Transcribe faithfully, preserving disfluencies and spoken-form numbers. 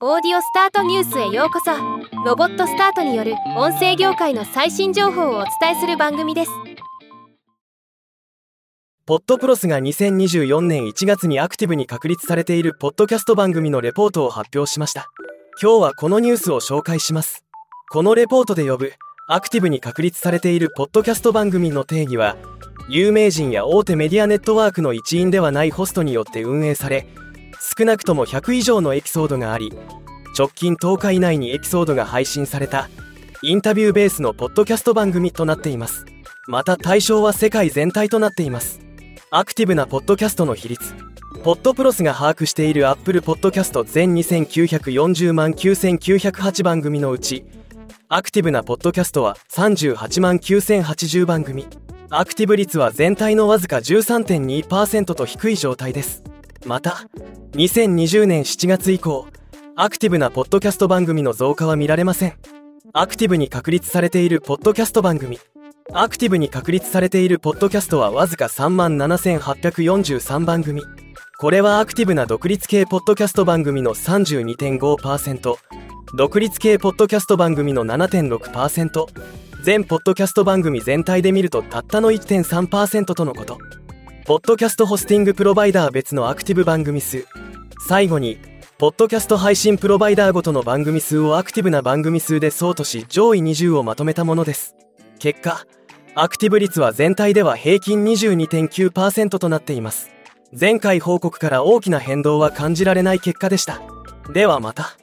オーディオスタートニュースへようこそ。ロボットスタートによる音声業界の最新情報をお伝えする番組です。 ポッドプロスがにせんにじゅうよねんいちがつにアクティブに確立されているポッドキャスト番組のレポートを発表しました。今日はこのニュースを紹介します。このレポートで呼ぶアクティブに確立されているポッドキャスト番組の定義は、有名人や大手メディアネットワークの一員ではないホストによって運営され、少なくともひゃくいじょうのエピソードがあり、直近とおか以内にエピソードが配信されたインタビューベースのポッドキャスト番組となっています。また対象は世界全体となっています。アクティブなポッドキャストの比率。ポッドプロスが把握している Apple Podcast 全にせんきゅうひゃくよんじゅうまんきゅうせんきゅうひゃくはちばんぐみのうち、アクティブなポッドキャストはさんじゅうはちまんきゅうせんはちじゅうばんぐみ。アクティブ率は全体のわずか じゅうさんてんにパーセント と低い状態です。またにせんにじゅうねんしちがつ以降、アクティブなポッドキャスト番組の増加は見られません。アクティブに確立されているポッドキャスト番組。アクティブに確立されているポッドキャストはわずか さんまんななせんはっぴゃくよんじゅうさんばんぐみ。これはアクティブな独立系ポッドキャスト番組の さんじゅうにてんごパーセント、独立系ポッドキャスト番組の ななてんろくパーセント、全ポッドキャスト番組全体で見るとたったの いってんさんパーセント とのこと。ポッドキャストホスティングプロバイダー別のアクティブ番組数。最後にポッドキャスト配信プロバイダーごとの番組数をアクティブな番組数で相とし、上位にじゅうをまとめたものです。結果、アクティブ率は全体では平均 にじゅうにてんきゅうパーセント となっています。前回報告から大きな変動は感じられない結果でした。ではまた。